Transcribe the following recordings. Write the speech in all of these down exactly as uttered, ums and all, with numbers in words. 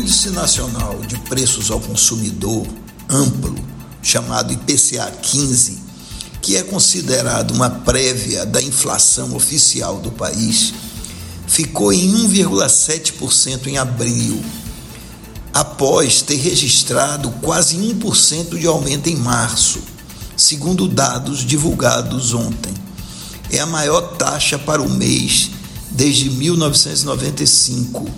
Índice Nacional de Preços ao Consumidor amplo, chamado I P C A quinze, que é considerado uma prévia da inflação oficial do país, ficou em um vírgula sete por cento em abril, após ter registrado quase um por cento de aumento em março, segundo dados divulgados ontem. É a maior taxa para o mês desde mil novecentos e noventa e cinco.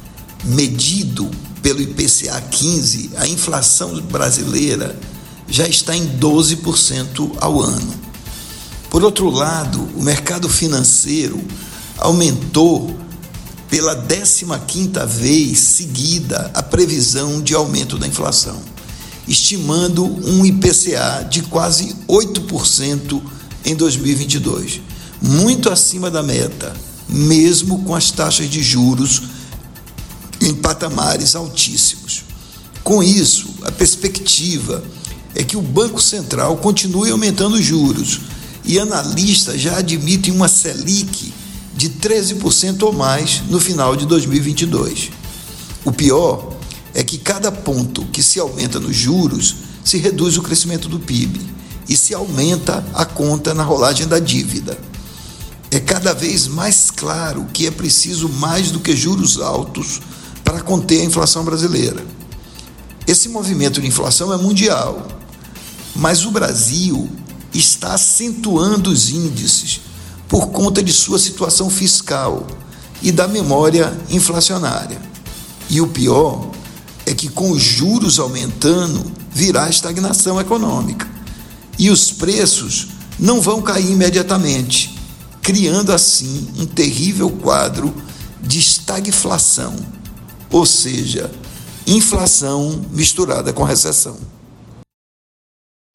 Medido pelo I P C A quinze, a inflação brasileira já está em doze por cento ao ano. Por outro lado, o mercado financeiro aumentou pela décima quinta vez seguida a previsão de aumento da inflação, estimando um I P C A de quase oito por cento em dois mil e vinte e dois, muito acima da meta, mesmo com as taxas de juros em patamares altíssimos. Com isso, a perspectiva é que o Banco Central continue aumentando os juros e analistas já admitem uma Selic de treze por cento ou mais no final de dois mil e vinte e dois. O pior é que cada ponto que se aumenta nos juros se reduz o crescimento do P I B e se aumenta a conta na rolagem da dívida. É cada vez mais claro que é preciso mais do que juros altos para conter a inflação brasileira. Esse movimento de inflação é mundial, mas o Brasil está acentuando os índices por conta de sua situação fiscal e da memória inflacionária. E o pior é que, com os juros aumentando, virá estagnação econômica. E os preços não vão cair imediatamente, criando assim um terrível quadro de estagflação, ou seja, inflação misturada com recessão.